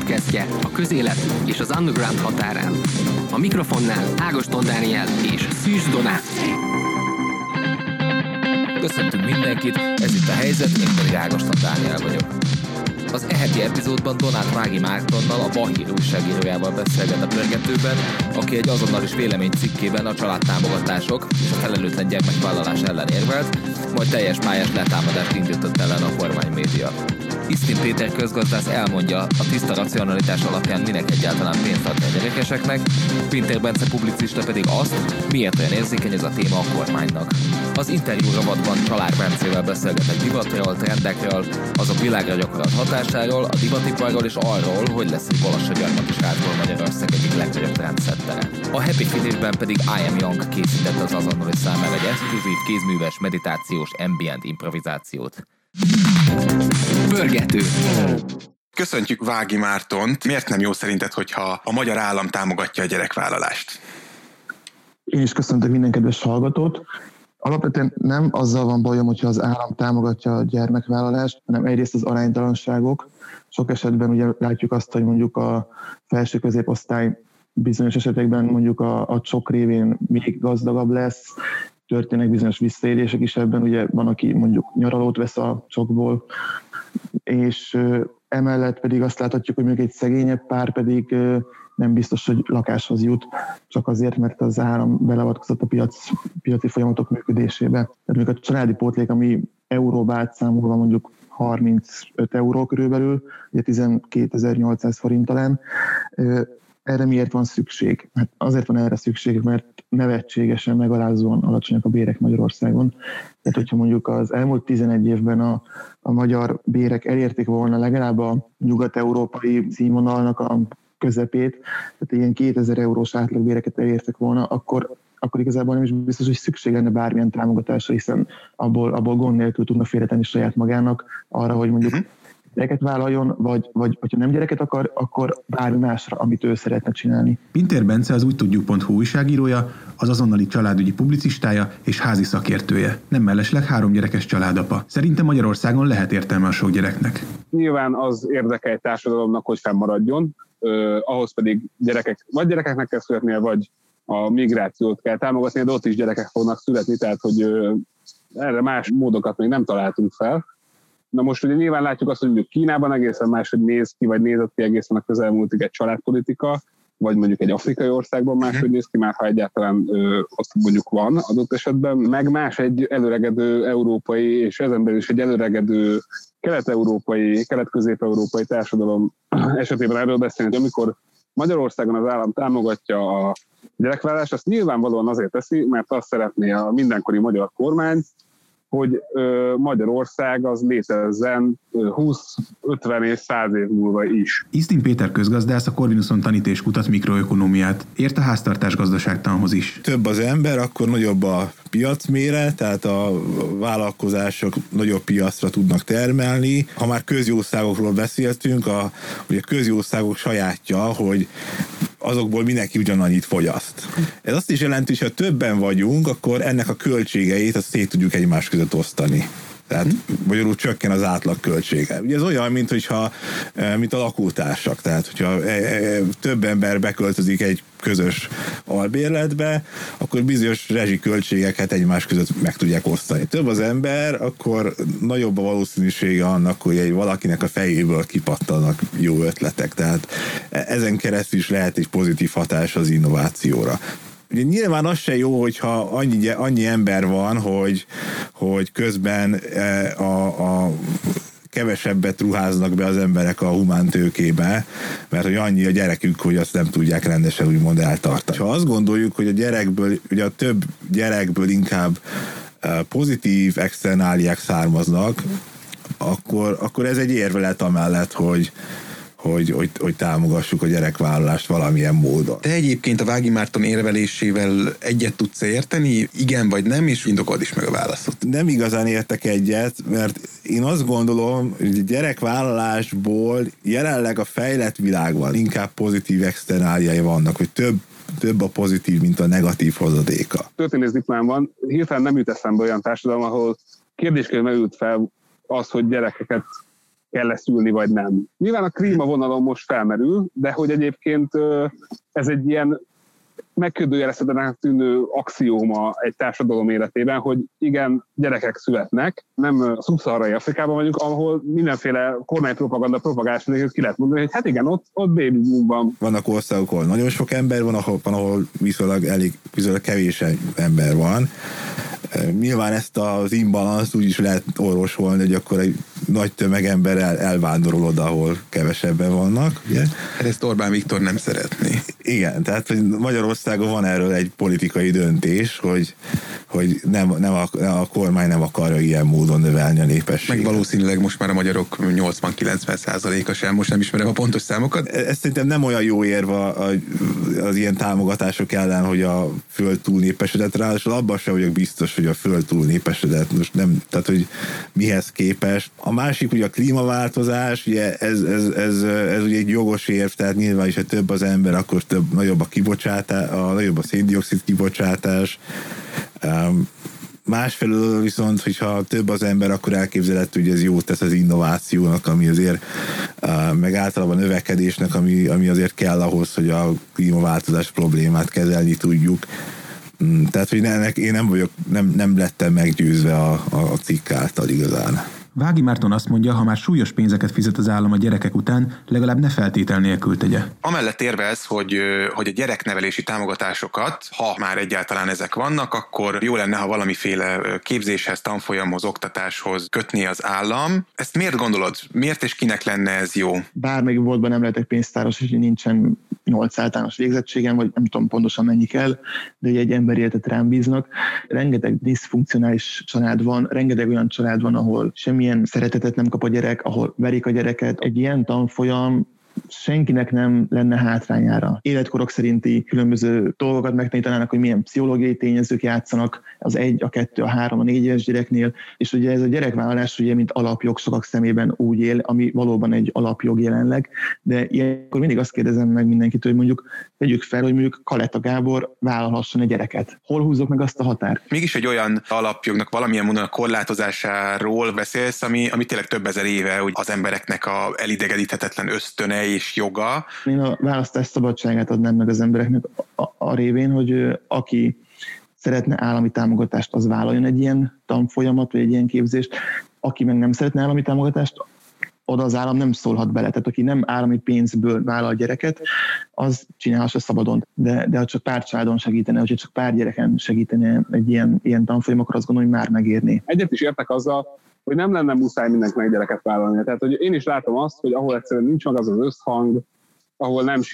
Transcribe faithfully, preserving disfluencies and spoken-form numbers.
podcastje a közélet és az underground határán. A mikrofonnál Ágoston Dániel és Szűz Donát. Köszöntünk mindenkit, ez itt a helyzet, én pedig Ágoston Dániel vagyok. Az e heti epizódban Donát Vági Mártonnal, a Bahír újságírójával beszélget a Pörgetőben, aki egy azonnalis véleménycikkében a családtámogatások és a felelőtlen gyermekvállalás ellen érvelt, majd teljes pályás letámadást indított ellen a kormánymédia. Isztin Péter közgazdász elmondja, a tiszta racionalitás alapján minek egyáltalán pénzt adni a gyerekeseknek, Pintér Bence publicista pedig azt, miért olyan érzékeny ez a téma a kormánynak. Az interjú rovatban Csalár Bencével beszélgetek divatról, trendekről, azok világra gyakorolt hatásáról, a divatiparról és arról, hogy lesz egy Balassa gyarmati srácból Magyarország egyik legnagyobb trendsettere. A Happy Finishben pedig I Am Young készített az azonnali számára egy exkluzív kézműves meditációs ambient improvizációt. Pörgető. Köszöntjük Vági Mártont. Miért nem jó szerinted, hogyha a magyar állam támogatja a gyerekvállalást? Én is köszöntök minden kedves hallgatót. Alapvetően nem azzal van bajom, hogyha az állam támogatja a gyermekvállalást, hanem egyrészt az aránytalanságok. Sok esetben ugye látjuk azt, hogy mondjuk a felső középosztály bizonyos esetekben mondjuk a, a csok révén még gazdagabb lesz, történnek bizonyos visszaélések is ebben, ugye van, aki mondjuk nyaralót vesz a csokból, és emellett pedig azt láthatjuk, hogy még egy szegényebb pár pedig nem biztos, hogy lakáshoz jut, csak azért, mert az állam beleavatkozott a piac, piaci folyamatok működésébe. Tehát még a családi pótlék, ami euróba átszámolva mondjuk harmincöt euró körülbelül, ugye tizenkétezer-nyolcszáz forint talán. Erre miért van szükség? Hát azért van erre szükség, mert nevetségesen, megalázóan alacsonyak a bérek Magyarországon. Tehát, hogyha mondjuk az elmúlt tizenegy évben a, a magyar bérek elérték volna legalább a nyugat-európai színvonalnak a közepét, tehát ilyen kétezer eurós átlagbéreket elértek volna, akkor, akkor igazából nem is biztos, hogy szükség lenne bármilyen támogatásra, hiszen abból, abból gond nélkül tudna félretenni saját magának arra, hogy mondjuk uh-huh. gyereket vállaljon, vagy, vagy hogyha nem gyereket akar, akkor bármi másra, amit ő szeretne csinálni. Pintér Bence az úgytudjuk pont hu újságírója, az azonnali családügyi publicistája és házi szakértője. Nem mellesleg három gyerekes családapa. Szerintem Magyarországon lehet értelme a sok gyereknek. Nyilván az érdekel egy társadalomnak, hogy fennmaradjon, eh, ahhoz pedig gyerekek, vagy gyerekeknek kell születnie, vagy a migrációt kell támogatni, de ott is gyerekek fognak születni, tehát hogy eh, erre más módokat még nem találtunk fel. Na most ugye nyilván látjuk azt, hogy mondjuk Kínában egészen máshogy néz ki, vagy nézett ki egészen a közelmúltig egy családpolitika, vagy mondjuk egy afrikai országban máshogy néz ki, már ha egyáltalán ö, ott mondjuk van adott esetben, meg más egy előregedő európai, és ezen belül is egy előregedő kelet-európai, kelet-közép-európai társadalom esetében erről beszélni, hogy amikor Magyarországon az állam támogatja a gyerekvállalást, azt nyilvánvalóan azért teszi, mert azt szeretné a mindenkori magyar kormány, hogy ö, Magyarország az létezzen húsz, ötven és száz év múlva is. Isztin Péter közgazdász a Corvinuson tanít és kutat mikroökonómiát. Ért a háztartás gazdaságtanhoz is. Több az ember, akkor nagyobb a piacméret, tehát a vállalkozások nagyobb piacra tudnak termelni. Ha már közjószágokról beszéltünk, a, ugye a közjószágok sajátja, hogy azokból mindenki ugyanannyit fogyaszt. Ez azt is jelenti, hogy ha többen vagyunk, akkor ennek a költségeit azt szét tudjuk egymás között osztani. Tehát magyarul csökken az átlag költsége. Ugye ez olyan, mint, hogyha, mint a lakótársak. Tehát, hogyha több ember beköltözik egy közös albérletbe, akkor bizonyos rezsiköltségeket egymás között meg tudják osztani. Több az ember, akkor nagyobb a valószínűsége annak, hogy egy valakinek a fejéből kipattanak jó ötletek. Tehát ezen keresztül is lehet egy pozitív hatás az innovációra. Ugye nyilván az se jó, hogyha annyi, annyi ember van, hogy, hogy közben a, a kevesebbet ruháznak be az emberek a humántőkébe, mert hogy annyi a gyerekük, hogy azt nem tudják rendesen úgymond eltartani. Ha azt gondoljuk, hogy a gyerekből, ugye a több gyerekből inkább pozitív externáliák származnak, akkor, akkor ez egy érvelet amellett, hogy Hogy, hogy, hogy támogassuk a gyerekvállalást valamilyen módon. Te egyébként a Vági Márton érvelésével egyet tudsz érteni, igen vagy nem, és indokold is meg a válaszot. Nem igazán értek egyet, mert én azt gondolom, hogy a gyerekvállalásból jelenleg a fejlett világban inkább pozitív externáliái vannak, hogy több több a pozitív, mint a negatív hozadéka. Történész diplomám van, hirtelen nem jut eszembe olyan társadalom, ahol kérdésként merült fel az, hogy gyerekeket kell szülni, vagy nem. Nyilván a klímavonalon most felmerül, de hogy egyébként ez egy ilyen megkérdőjelezhetetlenek tűnő axióma egy társadalom életében, hogy igen, gyerekek születnek, nem a szubszaharai Afrikában vagyunk, ahol mindenféle kormánypropaganda propagás nélkül ki lehet mondani, hogy hát igen, ott, ott baby boom van. Vannak országok, ahol nagyon sok ember van, ahol, van, ahol viszonylag elég, viszonylag kevés ember van. Nyilván ezt az imbalanszt úgy is lehet orvosolni, hogy akkor egy nagy tömeg ember el, elvándorol oda, ahol kevesebben vannak. Ugye? Hát ezt Orbán Viktor nem szeretné. Igen, tehát Magyarországon van erről egy politikai döntés, hogy, hogy nem, nem a, a kormány nem akarja ilyen módon növelni a népességet. Meg valószínűleg most már a magyarok nyolcvan-kilencven százaléka sem, most nem ismerem a pontos számokat. Ez szerintem nem olyan jó érv az ilyen támogatások ellen, hogy a föld túl népesedett, ráadásul abban sem vagyok biztos, hogy a föld túl népesedett. Most nem, tehát hogy mihez képest. A másik ugye a klímaváltozás, ugye ez, ez, ez, ez ugye egy jogos érv, tehát nyilván is, ha több az ember, akkor több, nagyobb a kibocsátás, a, nagyobb a széndioxid kibocsátás. Um, Másfelől viszont, hogyha több az ember, akkor elképzelhető, hogy ez jót tesz az innovációnak, ami azért uh, meg általában a növekedésnek, ami, ami azért kell ahhoz, hogy a klímaváltozás problémát kezelni tudjuk. Um, tehát, hogy ennek én nem vagyok, nem, nem lettem meggyőzve a, a, a cikk által igazán. Vági Márton azt mondja, ha már súlyos pénzeket fizet az állam a gyerekek után, legalább ne feltétel nélkül tegye. Amellett érvelsz, hogy, hogy a gyereknevelési támogatásokat, ha már egyáltalán ezek vannak, akkor jó lenne, ha valamiféle képzéshez, tanfolyamhoz, oktatáshoz kötné az állam. Ezt miért gondolod? Miért és kinek lenne ez jó? Bármelyik boltban nem lehetek pénztáros, és nincsen nyolc általános végzettségem, vagy nem tudom pontosan mennyi kell, de egy ember életet rám bíznak. Rengeteg diszfunkcionális család van, rengeteg olyan család van, ahol semmilyen szeretetet nem kap a gyerek, ahol verik a gyereket. Egy ilyen tanfolyam senkinek nem lenne hátrányára. Életkorok szerinti különböző dolgokat megtanítanának, hogy milyen pszichológiai tényezők játszanak az egy, a kettő, a három, a négy éves gyereknél, és ugye ez a gyerekvállalás ugye, mint alapjog sokak szemében úgy él, ami valóban egy alapjog jelenleg, de ilyenkor mindig azt kérdezem meg mindenkit, hogy mondjuk tegyük fel, hogy mondjuk Kaletta Gábor vállalhasson egy gyereket. Hol húzzuk meg azt a határt? Mégis egy olyan alapjognak valamilyen módon a korlátozásáról beszélsz, ami, ami tényleg több ezer éve, hogy az embereknek a elidegeníthetetlen ösztöne és joga. Én a választás szabadságát adnám meg az embereknek a, a révén, hogy aki szeretne állami támogatást, az vállaljon egy ilyen tanfolyamat, vagy egy ilyen képzést. Aki meg nem szeretne állami támogatást, oda az állam nem szólhat bele. Tehát aki nem állami pénzből vállal gyereket, az csinálhassa szabadon. De, de ha csak pár családon segítene, hogyha csak pár gyereken segítene egy ilyen, ilyen tanfolyam, akkor azt gondolom, hogy már megérné. Egyet is értek azzal, hogy nem lenne muszáj mindenkinek gyereket vállalni. Tehát, hogy én is látom azt, hogy ahol egyszerűen nincs meg az az összhang, ahol nem